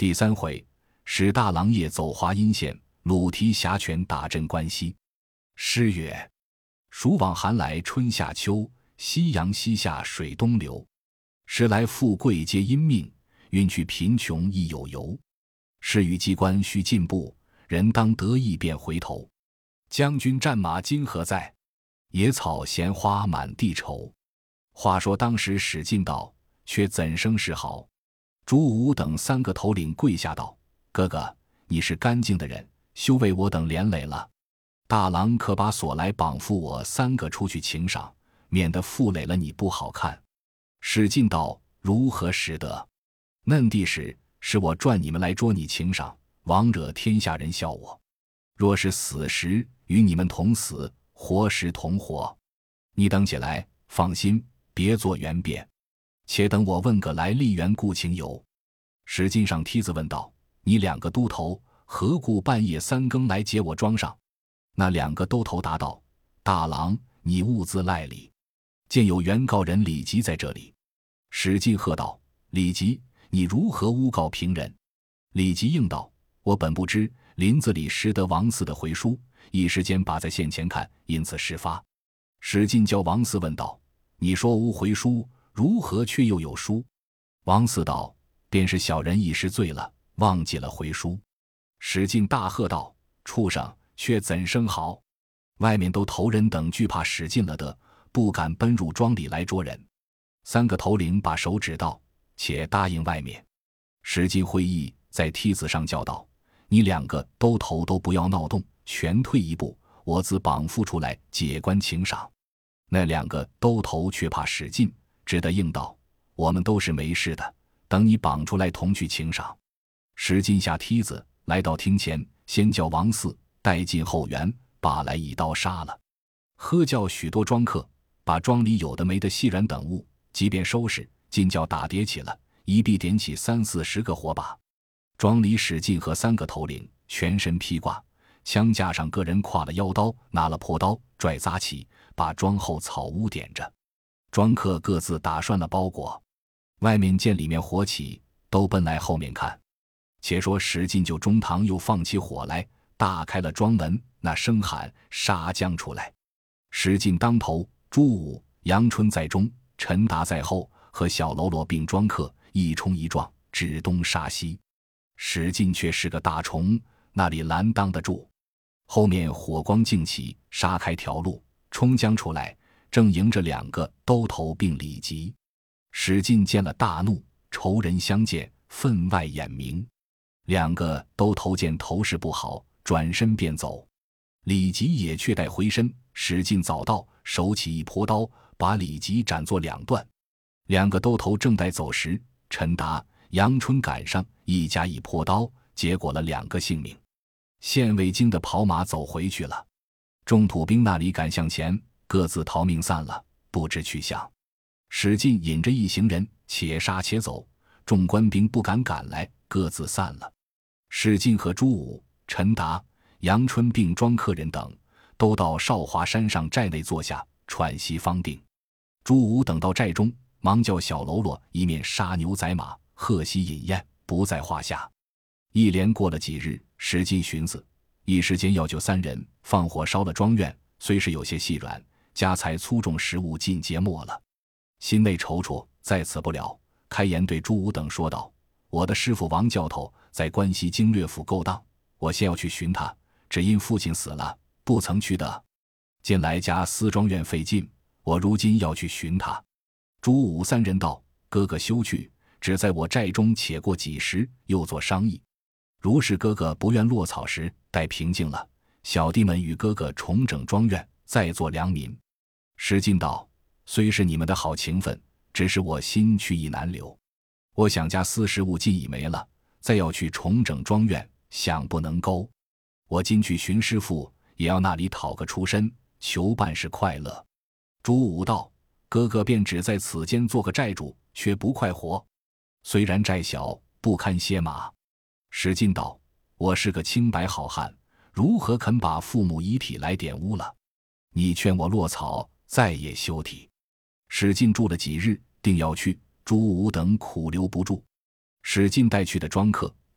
第3回，使大郎夜走华阴县，鲁提辖权打镇关西。诗曰：暑往寒来春夏秋，夕阳西下水东流。时来富贵皆因命，运去贫穷亦有由。事与机关须进步，人当得意便回头。将军战马今何在？野草闲花满地愁。话说当时史进道，却怎生是好？朱武等3个头领跪下道：哥哥，你是干净的人，休为我等连累了。大郎可把锁来绑缚我3个出去请赏，免得负累了你不好看。史进道：如何使得？嫩地是我赚你们来捉你请赏，枉惹天下人笑我。若是死时，与你们同死，活时同活。你等起来，放心，别做圆辩，且等我问个来历缘故情由。史进上梯子问道：你2个都头何故半夜3更来解我庄上？那2个都头答道：大郎，你勿自赖理，见有原告人李吉在这里。史进喝道：李吉，你如何诬告平人？李吉应道：我本不知，林子里拾得王四的回书，一时间把在线前看，因此事发。史进叫王四问道：你说无回书，如何却又有书？王四道：便是小人一时醉了，忘记了回书。史进大喝道：畜生，却怎生好？外面都头人等惧怕史进了的，不敢奔入庄里来捉人。3个头领把手指道：且答应外面。史进会意，在梯子上叫道：你2个都头都不要闹动，全退一步，我自绑缚出来解官请赏。那2个都头却怕史进，只得应道：我们都是没事的，等你绑出来同去请赏。史进下梯子来到厅前，先叫王四带进后园，把来一刀杀了。喝叫许多庄客，把庄里有的没的细软等物即便收拾，尽叫打叠起了，一臂点起30-40个火把。庄里史进和3个头领全身披挂，枪架上个人挎了腰刀，拿了破刀，拽扎起，把庄后草屋点着。庄客各自打拴了包裹，外面见里面火起，都奔来后面看。且说史进就中堂又放起火来，大开了庄门，那声喊杀将出来。史进当头，朱武、杨春在中，陈达在后，和小喽啰并庄客一冲一撞，指东杀西。史进却是个大虫，那里拦当得住？后面火光竞起，杀开条路，冲将出来，正迎着2个都头并李吉。史进见了大怒，仇人相见，分外眼明。2个都头见头势不好，转身便走。李吉也却待回身，史进早到，手起一坡刀，把李吉斩作2段。2个都头正待走时，陈达、杨春赶上，一家一坡刀，结果了2个性命。县尉惊得跑马走回去了。众土兵那里赶向前，各自逃命散了，不知去向。史进引着一行人，且杀且走，众官兵不敢赶来，各自散了。史进和朱武、陈达、杨春并庄客人等都到少华山上寨内坐下，喘息方定。朱武等到寨中，忙叫小喽啰一面杀牛宰马，喝席饮宴，不在话下。一连过了几日，史进寻思，一时间要救3人，放火烧了庄院，虽是有些细软，家财粗重食物尽皆没了，心内踌躇，在此不了，开言对朱武等说道：我的师父王教头在关西经略府勾当，我先要去寻他，只因父亲死了，不曾去得。近来家私庄院费劲，我如今要去寻他。朱武3人道：哥哥休去，只在我寨中且过几时，又做商议。如是哥哥不愿落草时，待平静了，小弟们与哥哥重整庄院，再做良民。史进道：虽是你们的好情分，只是我心去意难留。我想家私食物尽已没了，再要去重整庄院，想不能够。我今去寻师父，也要那里讨个出身，求办事快乐。朱武道：哥哥便只在此间做个寨主，却不快活。虽然寨小，不堪歇马。史进道：我是个清白好汉，如何肯把父母遗体来玷污了？你劝我落草，再也休体。史进住了几日，定要去，朱武等苦留不住。史进带去的庄客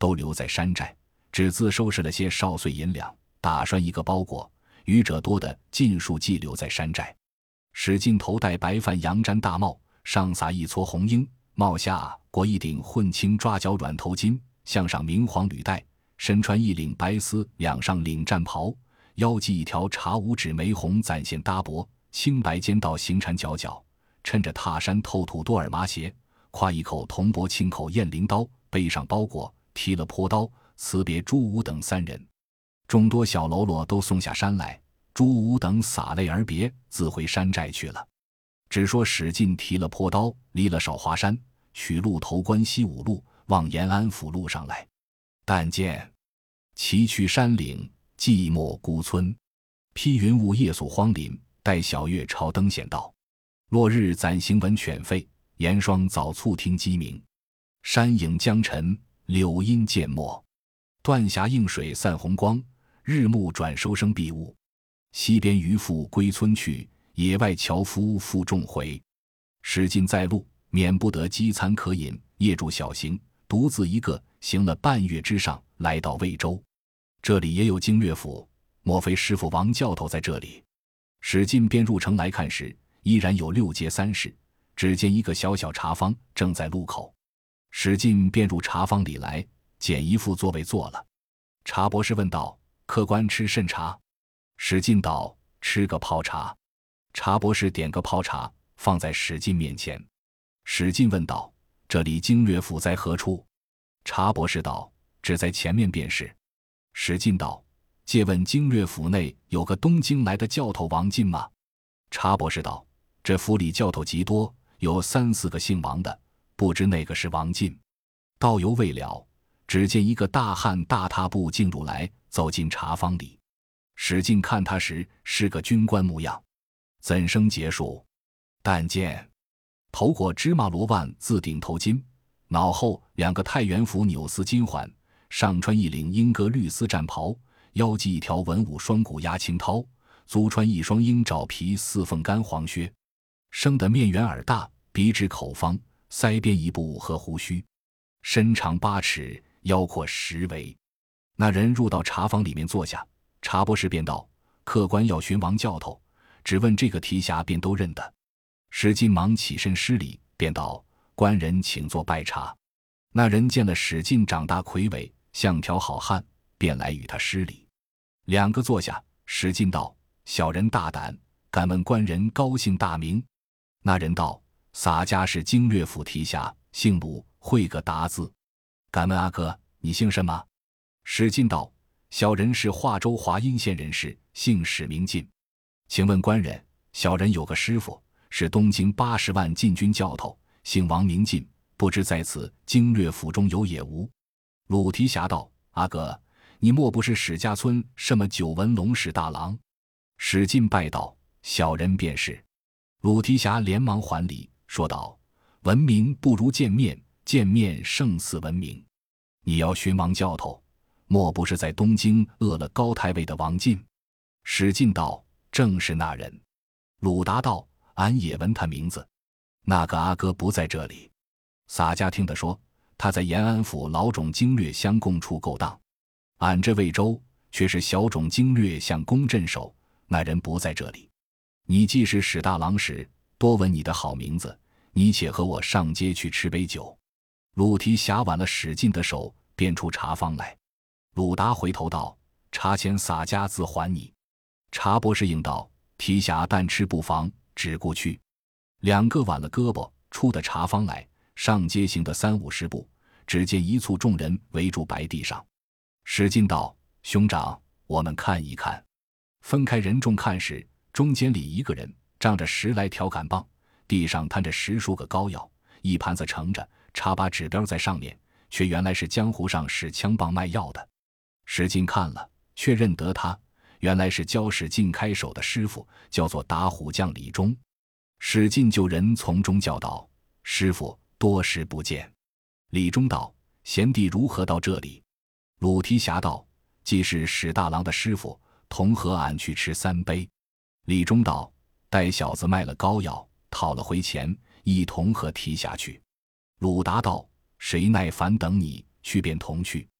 都留在山寨，只自收拾了些少碎银两，打拴一个包裹，余者多的尽数寄留在山寨。史进头戴白帆羊毡大帽，上撒一撮红缨，帽下裹一顶混青抓角软头巾，项上明黄履带，身穿一领白丝两上领战袍，腰系一条茶五指玫红攒线搭脖，青白尖道行缠角角，趁着踏山透土多尔麻鞋，挎一口铜箔青口雁翎刀，背上包裹，提了坡刀，辞别朱武等3人。众多小喽啰都送下山来，朱武等洒泪而别，自回山寨去了。只说史进提了坡刀，离了少华山，取路投关西5路，往延安府路上来。但见崎岖山岭，寂寞孤村，披云雾夜宿荒林，待晓月朝灯显道。落日暂行闻犬吠，严霜早促听鸡鸣。山影将沉，柳阴渐没，断崖映水散红光，日暮转收声闭雾。西边渔父归村去，野外樵夫负重回。史进在路，免不得饥餐可饮，夜住小行，独自一个行了半月之上，来到魏州。这里也有经略府，莫非师傅王教头在这里？史进便入城来看时，依然有6街3室，只见一个小小茶坊正在路口。史进便入茶坊里来，拣一副座位坐了。茶博士问道：“客官吃甚茶？”史进道：“吃个泡茶。”茶博士点个泡茶，放在史进面前。史进问道：“这里经略府在何处？”茶博士道：“只在前面便是。”史进道：“借问经略府内有个东京来的教头王进吗？”茶博士道：“这府里教头极多，有3、4个姓王的，不知哪个是王进。”道犹未了，只见一个大汉大踏步进入来，走进茶坊里。史进看他时，是个军官模样，怎生结束？但见头裹芝麻罗万字顶头巾，脑后2个太原府纽丝金环，上穿一领英格绿丝战袍，腰系一条文武双股压青绦，足穿一双鹰爪皮4缝干黄靴，生得面圆耳大，鼻直口方，腮边一部和胡须，身长8尺，腰阔10围。那人入到茶坊里面坐下，茶博士便道：“客官要寻王教头，只问这个提辖便都认得。”史进忙起身施礼，便道：“官人请坐拜茶。”那人见了史进长大魁伟，像条好汉，便来与他施礼。2个坐下，史进道：“小人大胆，敢问官人高姓大名？”那人道：“洒家是经略府提辖，姓鲁，会个达字。敢问阿哥，你姓什么？”史进道：“小人是华州华阴县人士，姓史名进。请问官人，小人有个师傅，是东京80万禁军教头，姓王名进，不知在此经略府中有也无？”鲁提辖道：“阿哥，你莫不是史家村什么久闻龙史大郎？”史进拜道：“小人便是。”鲁提辖连忙还礼，说道：“闻名不如见面，见面胜似闻名。你要寻王教头，莫不是在东京饿了高太尉的王进？”史进道：“正是那人。”鲁答道：“俺也闻他名字。那个阿哥不在这里。”洒家听得说，他在延安府老种经略相供处勾当，俺这魏州却是小种经略相公镇守，那人不在这里。你既是史大郎时，多闻你的好名字，你且和我上街去吃杯酒。鲁提辖挽了史进的手，便出茶坊来。鲁达回头道：“茶钱洒家自还你。”茶博士应道：“提辖但吃不妨，只顾去。”2个挽了胳膊，出的茶坊来，上街行的30-50步，只见一簇众人围住白地上。史进道：“兄长，我们看一看。”分开人众看时，中间里一个人仗着10来条杆棒，地上摊着10数个膏药，一盘子盛着，插把指标在上面，却原来是江湖上使枪棒卖药的。史进看了，却认得他，原来是教史进开手的师傅，叫做打虎将李忠。史进就人从中叫道：“师傅，多时不见。”李忠道：“贤弟如何到这里？”鲁提辖道：“既是史大郎的师傅，同和俺去吃3杯。”李忠道：“待小子卖了膏药，讨了回钱，一同和提辖去。”鲁答道：“谁耐烦等你，去便同去。”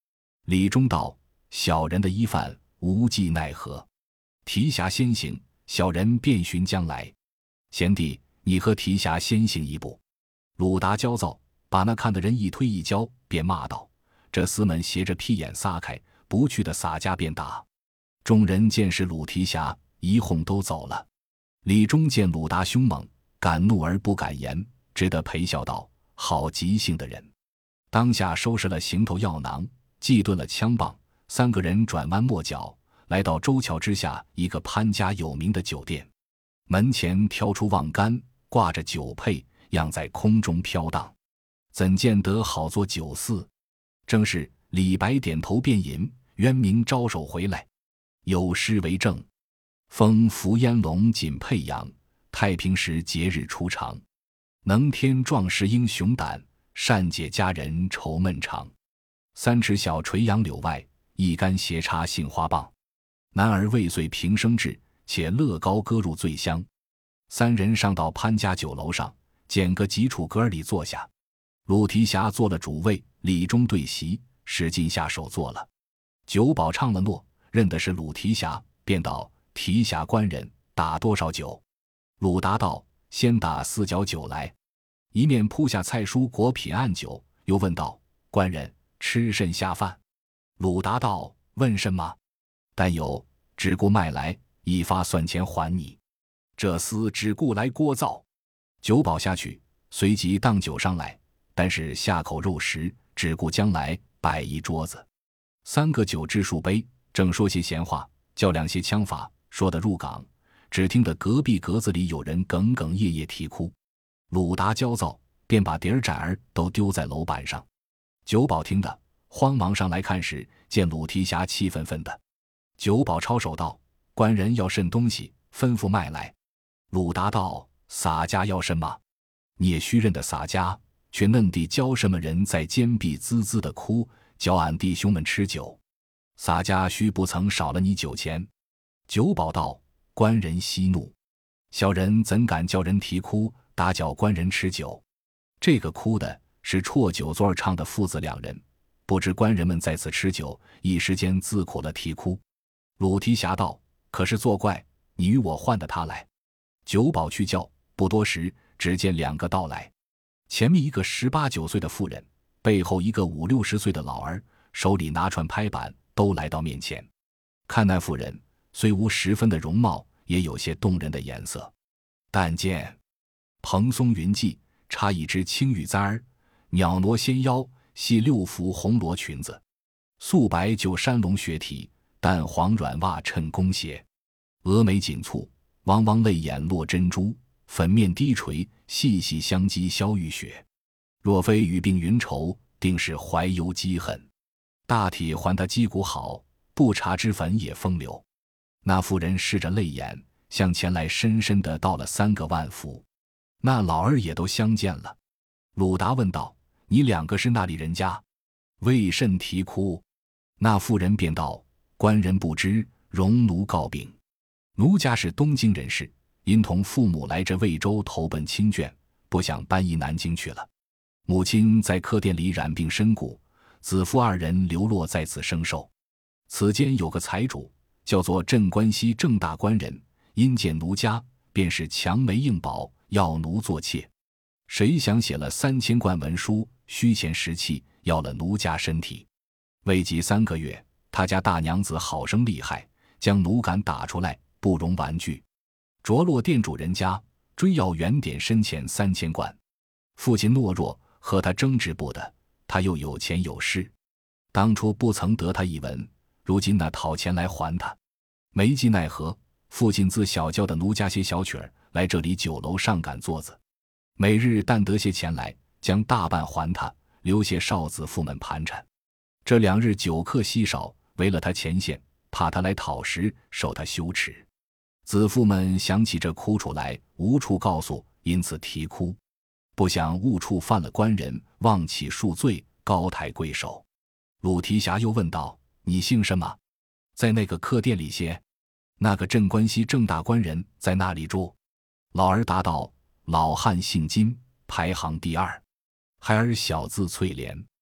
李忠道：小人的依犯，无计奈何。提辖先行，小人便寻将来。贤弟，你和提辖先行一步。鲁达焦躁，把那看的人一推一跤，便骂道：这厮们斜着屁眼撒开，不去的洒家便打。众人见是鲁提辖，一哄都走了。李忠见鲁达凶猛，敢怒而不敢言，只得陪笑道：好急性的人。当下收拾了行头药囊，系顿了枪棒，三个人转弯抹角，来到州桥之下一个潘家有名的酒店。门前挑出望杆，挂着酒佩，样在空中飘荡，怎见得好做酒肆？正是李白点头便饮，渊明招手回来，有诗为证：风拂烟笼锦佩扬，太平时节日初长。能添壮士英雄胆，善解佳人愁闷长。三尺小垂杨柳外，一竿斜插杏花棒。男儿未遂平生志，且乐高歌入醉乡。三人上到潘家酒楼上，捡个几处阁里坐下。鲁提辖做了主位，李忠对席，使劲下手做了。酒保唱了诺，认的是鲁提辖，便道：提辖官人，打多少酒？鲁达道：先打4角酒来。一面铺下菜蔬果品案酒，又问道：官人吃甚下饭？鲁达道：问甚么？但有，只顾卖来，一发算钱还你。这厮只顾来聒噪。酒保下去，随即当酒上来，但是下口肉食，只顾将来摆一桌子。三个酒至数杯，正说些闲话，较量些枪法，说得入港，只听得隔壁格子里有人哽哽咽咽啼哭。鲁达焦躁，便把碟儿盏儿都丢在楼板上。酒保听得，慌忙上来看时，见鲁提辖气愤愤的。酒保抄手道：官人要甚东西，吩咐卖来。鲁达道：洒家要什么？你也须认得洒家，却嫩地教什么人在坚壁滋滋的哭，教俺弟兄们吃酒。洒家须不曾少了你酒钱。酒保道：官人息怒，小人怎敢叫人啼哭，打搅官人吃酒？这个哭的是辍酒座儿唱的父子两人，不知官人们在此吃酒，一时间自苦了啼哭。鲁提辖道：可是作怪，你与我换的他来。酒保去叫，不多时，只见2个到来，前面一个18、19岁的妇人，背后一个50、60岁的老儿，手里拿串拍板，都来到面前。看那妇人虽无十分的容貌，也有些动人的颜色。但见蓬松云髻，插一只青玉簪儿，袅娜纤腰，系6幅红罗裙子，素白就山龙血体，淡黄软袜衬弓鞋，峨眉紧蹙，汪汪泪眼落珍珠，粉面低垂，细细香肌消玉雪。若非语病云愁，定是怀忧积恨。大体还他肌骨好，不查之粉也风流。那妇人拭着泪眼，向前来深深地道了3个万福。那老儿也都相见了。鲁达问道：你2个是那里人家？为甚啼哭？那妇人便道：官人不知，容奴告禀。奴家是东京人士，因同父母来这魏州投奔亲眷，不想搬移南京去了。母亲在客店里染病身故，子父2人流落在此生寿。此间有个财主，叫做镇关西郑大官人，因见奴家，便是强媒硬保，要奴做妾。谁想写了3000贯文书，虚钱实器，要了奴家身体。未及3个月，他家大娘子好生厉害，将奴赶打出来，不容玩具。着落店主人家，追要原点身钱3000贯。父亲懦弱，和他争执不得，他又有钱有势，当初不曾得他一文，如今那讨钱来还他，没计奈何。父亲自小教的奴家些小曲儿，来这里酒楼上赶座子，每日但得些钱来，将大半还他，留些少子妇们盘缠。这2日酒客稀少，围了他前线，怕他来讨食，受他羞耻。子妇们想起这哭楚来，无处告诉，因此啼哭。不想误触犯了官人，妄起恕罪，高抬贵手。鲁提辖又问道：你姓什么？在那个客店里些？那个镇关西郑大官人在那里住？老儿答道：老汉姓金，排行第2，孩儿小字翠莲。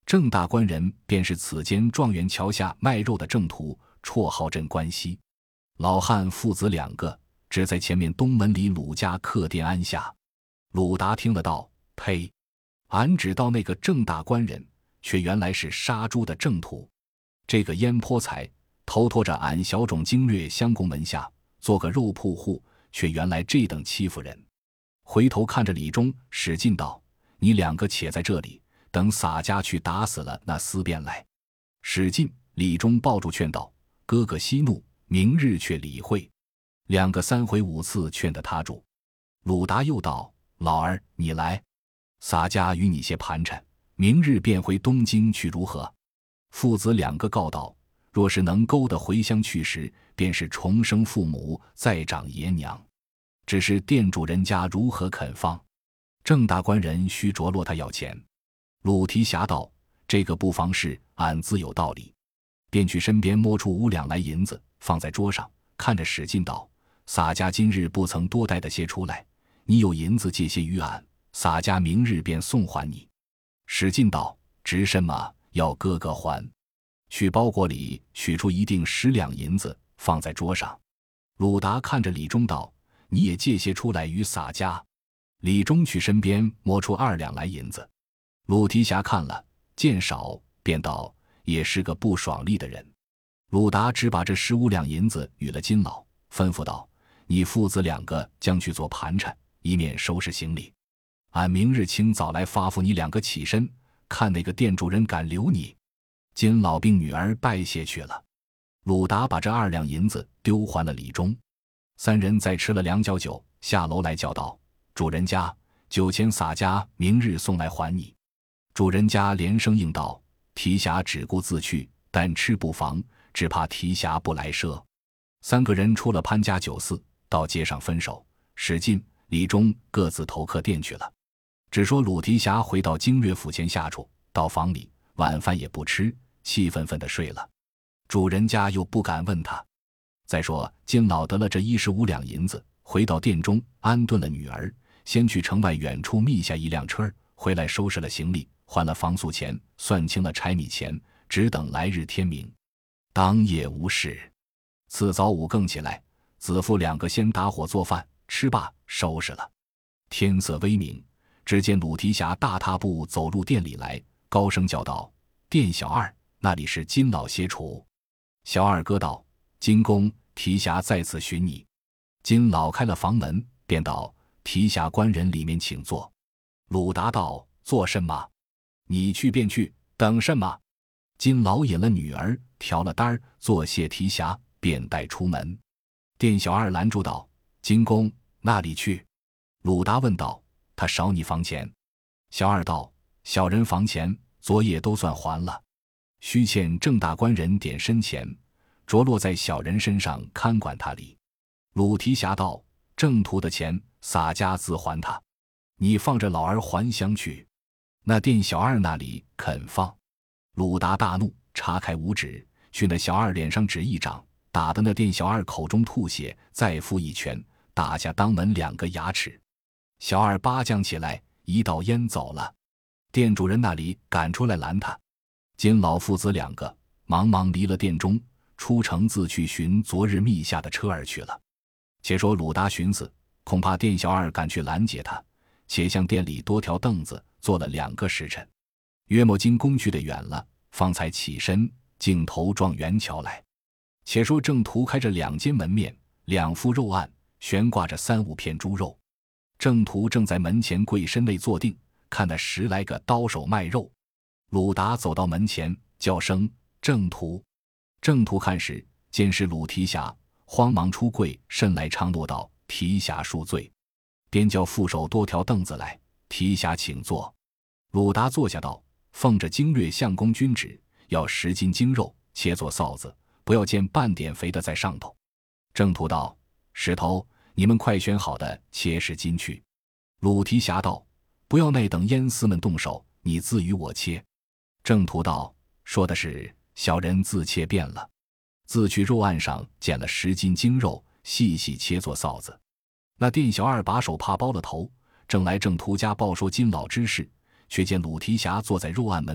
郑大官人便是此间状元桥下卖肉的郑屠，绰号镇关西。老汉父子2个只在前面东门里鲁家客店安下。鲁达听了道：呸！俺只道那个郑大官人，却原来是杀猪的郑屠。这个烟坡才头拖着俺小种经略相公门下，做个肉铺户，却原来这等欺负人。回头看着李忠、史进道：你2个且在这里，等洒家去打死了那厮便来。史进、李忠抱住劝道：哥哥息怒，明日却理会。2个3回5次劝得他住。鲁达又道：老儿你来，洒家与你些盘缠，明日便回东京去如何？父子2个告道：若是能勾得回乡去时，便是重生父母，再长爷娘。只是店主人家如何肯放？郑大官人须着落他要钱。鲁提辖道：这个不妨事，俺自有道理。便去身边摸出5两来银子，放在桌上，看着史进道：洒家今日不曾多带的些出来，你有银子借些于俺，洒家明日便送还你。史进道：值什么？要哥哥还。去包裹里取出一锭10两银子，放在桌上。鲁达看着李忠道：你也借些出来与洒家。李忠去身边摸出2两来银子。鲁提辖看了，见少，便道：也是个不爽利的人。鲁达只把这15两银子与了金老，吩咐道：你父子2个将去做盘缠，以免收拾行李。俺明日清早来发付你2个起身，看那个店主人敢留你。金老并女儿拜谢去了。鲁达把这2两银子丢还了李忠。3人再吃了2角酒，下楼来叫道：主人家，酒钱洒家明日送来还你。主人家连声应道：提辖只顾自去，但吃不妨，只怕提辖不来赊。3个人出了潘家酒肆，到街上分手，史进、李忠各自投客店去了。只说鲁提辖回到经略府前下处，到房里晚饭也不吃，气愤愤地睡了。主人家又不敢问他。再说金老得了这15两银子，回到店中安顿了女儿，先去城外远处觅下一辆车，回来收拾了行李，还了房宿钱，算清了柴米钱，只等来日天明。当夜无事。次早5更起来，子父2个先打火做饭，吃罢收拾了。天色微明，只见鲁提辖大踏步走入店里来，高声叫道：店小二，那里是金老歇处。小二哥道：金公，提辖在此寻你。金老开了房门，便道：提辖官人里面请坐。鲁达道：做甚么？你去便去，等甚么？金老引了女儿，调了单，作谢提辖，便带出门。店小二拦住道：金公，那里去？鲁达问道：他少你房钱。小二道：小人房钱昨夜都算还了，须欠郑大官人点身钱，着落在小人身上看管他里。鲁提辖道：郑屠的钱洒家自还他，你放着老儿还乡去。那店小二那里肯放？鲁达大怒，叉开5指，去那小二脸上指一掌，打得那店小二口中吐血，再复一拳，打下当门2个牙齿。小二八将起来，一道烟走了。店主人那里赶出来拦他。金老父子2个忙忙离了店中，出城自去寻昨日觅下的车儿去了。且说鲁达寻思，恐怕店小二赶去拦截他，且向店里多条凳子坐了2个时辰。约莫经工去的远了，方才起身，径头撞元桥来。且说正涂开着2间门面，2副肉案，悬挂着3、5片猪肉。正途正在门前跪身内坐定，看那10来个刀手卖肉。鲁达走到门前，叫声正途。正途看时，见是鲁提辖，慌忙出柜，甚来唱诺道：提辖恕罪。便叫副手多条凳子来，提辖请坐。鲁达坐下道：奉着经略相公君旨，要10斤精肉，切作臊子，不要见半点肥的在上头。正途道：石头，你们快选好的切10斤去。鲁提辖道：不要那等烟丝们动手，你自与我切。正途道：说的是，小人自切便了。自去肉案上捡了10斤精肉，细细切作臊子。那店小二把手帕包了头，正来正途家报说金老之事，却见鲁提辖坐在肉案门边，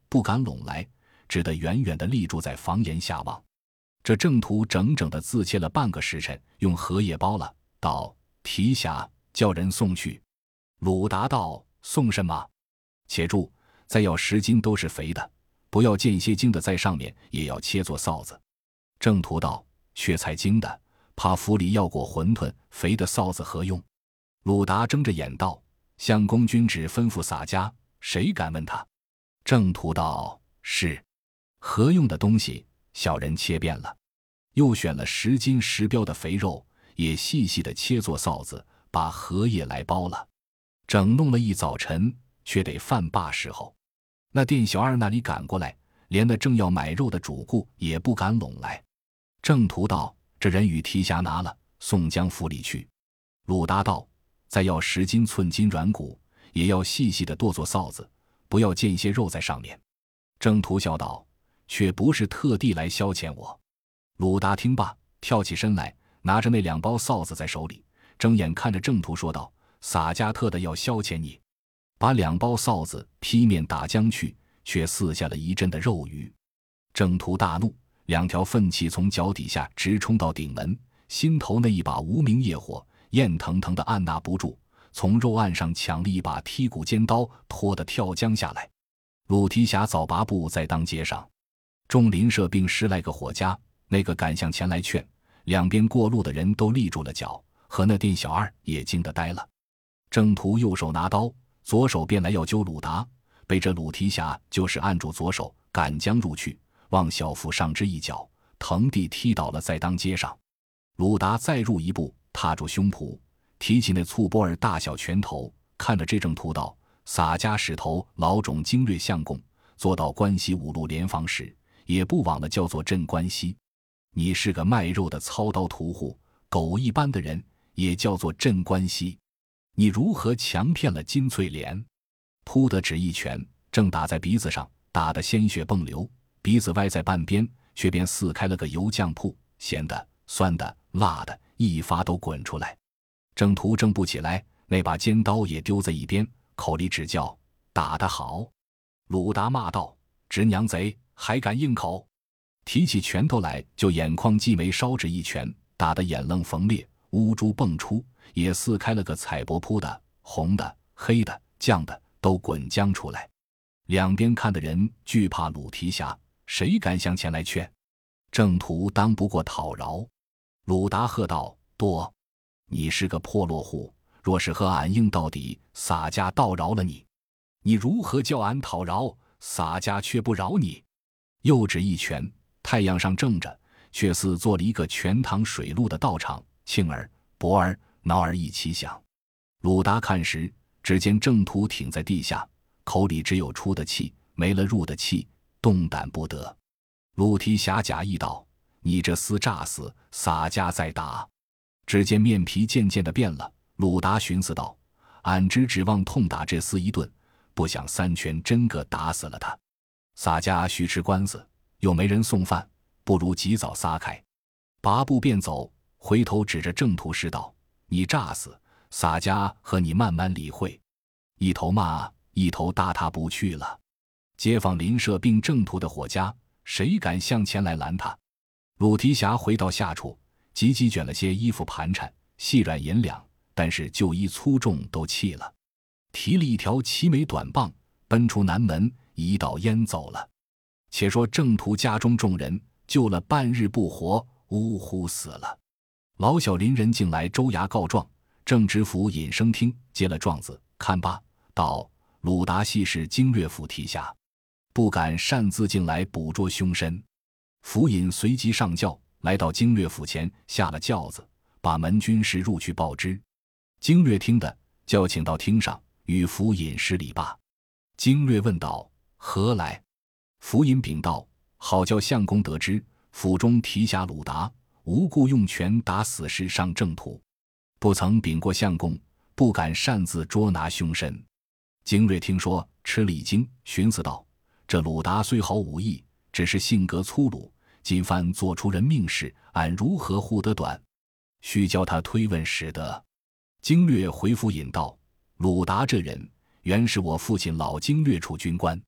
不敢拢来，只得远远地立住在房檐下望。这郑屠整整地自切了半个时辰，用荷叶包了，道：“提辖，叫人送去。”鲁达道：“送什么？且住，再要10斤都是肥的，不要间歇精的在上面，也要切做臊子。”郑屠道：“却才精的，怕府里要裹馄饨，肥的臊子何用？”鲁达睁着眼道：“相公君只吩咐洒家，谁敢问他？”郑屠道：“是。何用的东西，小人切遍了。”又选了10斤10标的肥肉，也细细的切做臊子，把荷叶来包了。整弄了一早晨，却得饭罢时候，那店小二那里赶过来，连那正要买肉的主顾也不敢拢来。郑屠道：“这人与提辖拿了，送将府里去。”鲁达道：“再要10斤寸筋软骨，也要细细的剁做臊子，不要见些肉在上面。”郑屠笑道：“却不是特地来消遣我。”鲁达听罢，跳起身来，拿着那2包臊子在手里，睁眼看着郑屠说道：“洒家特的要消遣你。”把2包臊子劈面打浆去，却撕下了一阵的肉鱼。郑屠大怒，2条愤气从脚底下直冲到顶门，心头那一把无名业火焰腾腾的按捺不住，从肉案上抢了一把剔骨尖刀，拖得跳江下来。鲁提辖早拔步在当街上，众邻舍并10来个伙家，那个赶向前来劝，两边过路的人都立住了脚，和那店小二也惊得呆了。郑屠右手拿刀，左手便来要揪鲁达，被这鲁提辖就是按住左手，赶将入去，往小腹上之一脚，腾地踢倒了在当街上。鲁达再入一步，踏住胸脯，提起那醋波儿大小拳头，看着这郑屠道：“洒家使头老种精锐相公，做到关西5路联防时，也不枉了叫做镇关西。你是个卖肉的操刀屠户，狗一般的人也叫做镇关西。你如何强骗了金翠莲？”扑的只一拳，正打在鼻子上，打得鲜血迸流，鼻子歪在半边，却便撕开了个油酱铺，咸的、酸的、辣的，一发都滚出来。郑屠正不起来，那把尖刀也丢在一边，口里只叫：“打得好！”鲁达骂道：“直娘贼，还敢应口！”提起拳头来，就眼眶鸡眉烧指一拳，打得眼愣缝裂，乌珠迸出，也撕开了个彩帛铺的，红的、黑的、酱的都滚浆出来。两边看的人惧怕鲁提辖，谁敢向前来劝？郑屠当不过讨饶。鲁达喝道：“多！你是个破落户，若是和俺硬到底，洒家倒饶了你。你如何叫俺讨饶，洒家却不饶你？”又指一拳，太阳上正着，却似做了一个全塘水陆的道场，磬儿、钹儿、挠儿一起响。鲁达看时，只见郑屠挺在地下，口里只有出的气，没了入的气，动弹不得。鲁提辖假意道：“你这厮诈死，洒家再打。”只见面皮渐渐的变了。鲁达寻思道：“俺只指望痛打这厮一顿，不想3拳真个打死了他。洒家须吃官司，又没人送饭，不如及早撒开。”拔步便走，回头指着郑屠师道：“你诈死，洒家和你慢慢理会。”一头骂，一头搭他不去了。街坊邻舍并郑屠的伙家，谁敢向前来拦他？鲁提辖回到下处，急急卷了些衣服盘缠，细软银两，但是旧衣粗重都弃了，提了一条齐眉短棒，奔出南门，一道烟走了。且说郑屠家中众人救了半日不活，呜呼死了。老小邻人竟来州衙告状，郑知府尹生听接了状子，看罢道：“鲁达系是经略府提辖，不敢擅自进来捕捉凶身。”府尹随即上轿，来到经略府前，下了轿子，把门军士入去报知。经略听的，叫请到厅上，与府尹施礼罢。经略问道：“何来？”府尹禀道：“好叫相公得知，府中提辖鲁达无故用拳打死士上郑屠，不曾禀过相公，不敢擅自捉拿凶身。”经略听说，吃了一惊，寻思道：“这鲁达虽好武艺，只是性格粗鲁，今番做出人命事，俺如何护得短？须教他推问使得。”经略回府引道：“鲁达这人原是我父亲老经略处军官，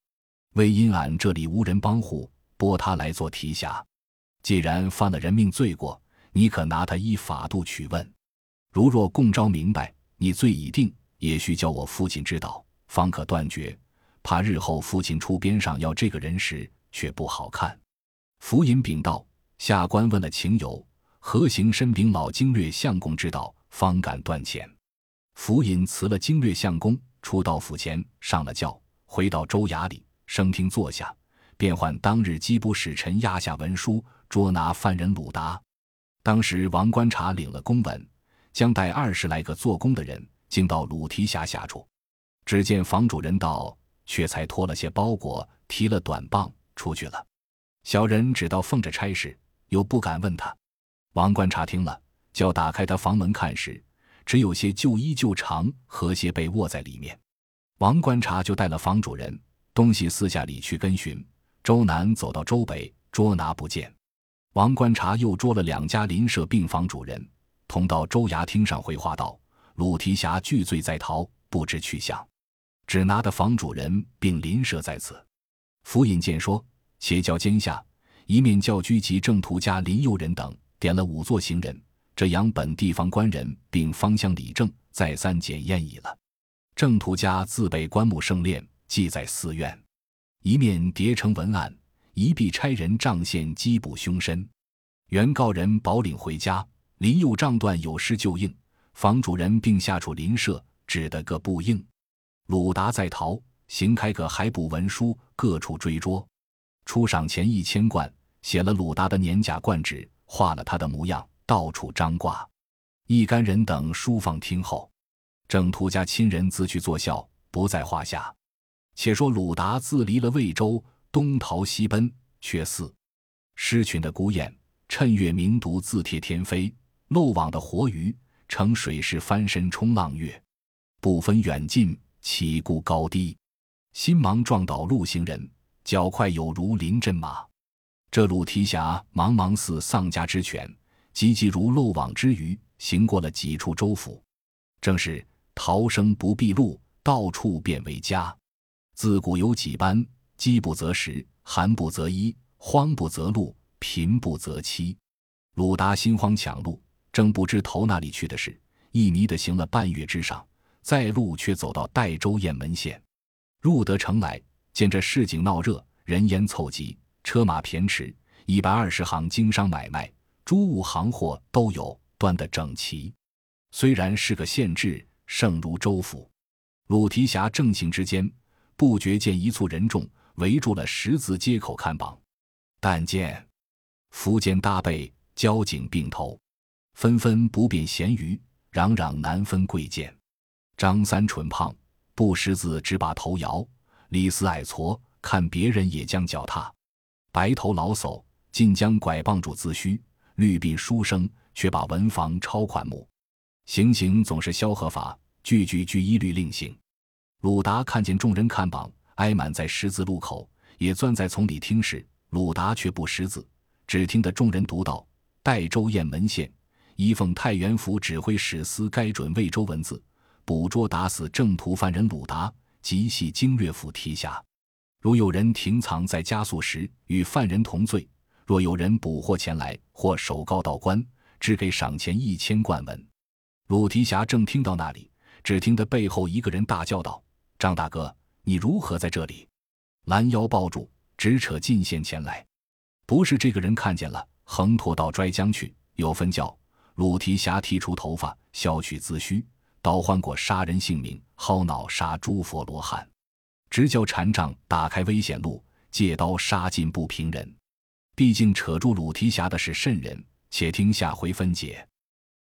为因俺这里无人帮护，拨他来做提辖。既然犯了人命罪过，你可拿他依法度取问。如若供招明白，你罪已定，也须叫我父亲知道，方可断绝。怕日后父亲出边上要这个人时，却不好看。符尹禀道：下官问了情由，何行申禀老经略相公知道，方敢断遣。符尹辞了经略相公，出到府前，上了轿，回到州衙里，升厅坐下，便唤当日缉捕使臣押下文书，捉拿犯人鲁达。当时王观察领了公文，将带20来个做工的人进到鲁提辖下处。只见房主人到，却才拖了些包裹，提了短棒出去了。小人只道奉着差事，又不敢问他。王观察听了，叫打开他房门看时，只有些旧衣旧裳和些被卧在里面。王观察就带了房主人东西四下里去跟寻，周南走到周北，捉拿不见。王观察又捉了2家邻舍并房主人，同到州衙厅上回话道：鲁提辖拒罪在逃，不知去向，只拿的房主人并邻舍在此。符尹见说，且叫监下一面叫居及正途家林右人等，点了5座行人，这样本地方官人并方乡里正再三检验已了。正途家自备棺木圣殓，记在寺院，一面叠成文案，一必差人杖线缉捕凶身。原告人保领回家，林右杖断有失就应，房主人并下处邻舍只得各不应。鲁达在逃，行开个还补文书，各处追捉。出赏钱1000贯，写了鲁达的年甲冠纸，画了他的模样，到处张挂。一干人等书放听候。正途家亲人自去作孝，不在话下。且说鲁达自离了魏州，东逃西奔，却似狮群的孤雁，趁月明独自贴天飞，漏网的活鱼，乘水势翻身冲浪跃，不分远近，岂顾高低。心忙撞倒路行人，脚快有如临阵马。这鲁提辖茫茫似丧家之犬，急急如漏网之鱼，行过了几处州府。正是逃生不避路，到处变为家。自古有几般，饥不择食，寒不择衣，荒不择路，贫不择妻。鲁达心慌抢路，正不知投哪里去的事，一迷地行了半月之上，在路却走到代州雁门县。入得城来，见这市井闹热，人烟凑集，车马骈驰，120行经商买卖，诸物行货都有，端得整齐。虽然是个县治，胜如州府。鲁提辖正行之间，不觉见一簇人众围住了十字街口看榜。但见苻坚搭背，交颈并头，纷纷不辨贤愚，攘攘难分贵贱。张三蠢胖，不识字只把头摇；李四矮矬，看别人也将脚踏。白头老叟，尽将拐棒住自虚；绿鬓书生，却把文房抄款目。行刑总是萧何法，句句俱一律令行。鲁达看见众人看榜，挨满在十字路口，也钻在丛里听时，鲁达却不识字，只听得众人读道：代州雁门县，依奉太原府指挥使司该准魏州文字，捕捉打死正途犯人鲁达，即系经略府提辖。如有人停藏在加速时，与犯人同罪；若有人捕获前来，或手告到官，只给赏钱1000贯文。鲁提辖正听到那里，只听得背后一个人大叫道：张大哥，你如何在这里？拦腰抱住，直扯进县前来。不是这个人看见了，横拖到拽江去，有分教鲁提辖剃除头发，削去髭须，倒换过杀人性命，薅脑杀诸佛罗汉，直叫禅杖打开危险路，借刀杀尽不平人。毕竟扯住鲁提辖的是甚人，且听下回分解。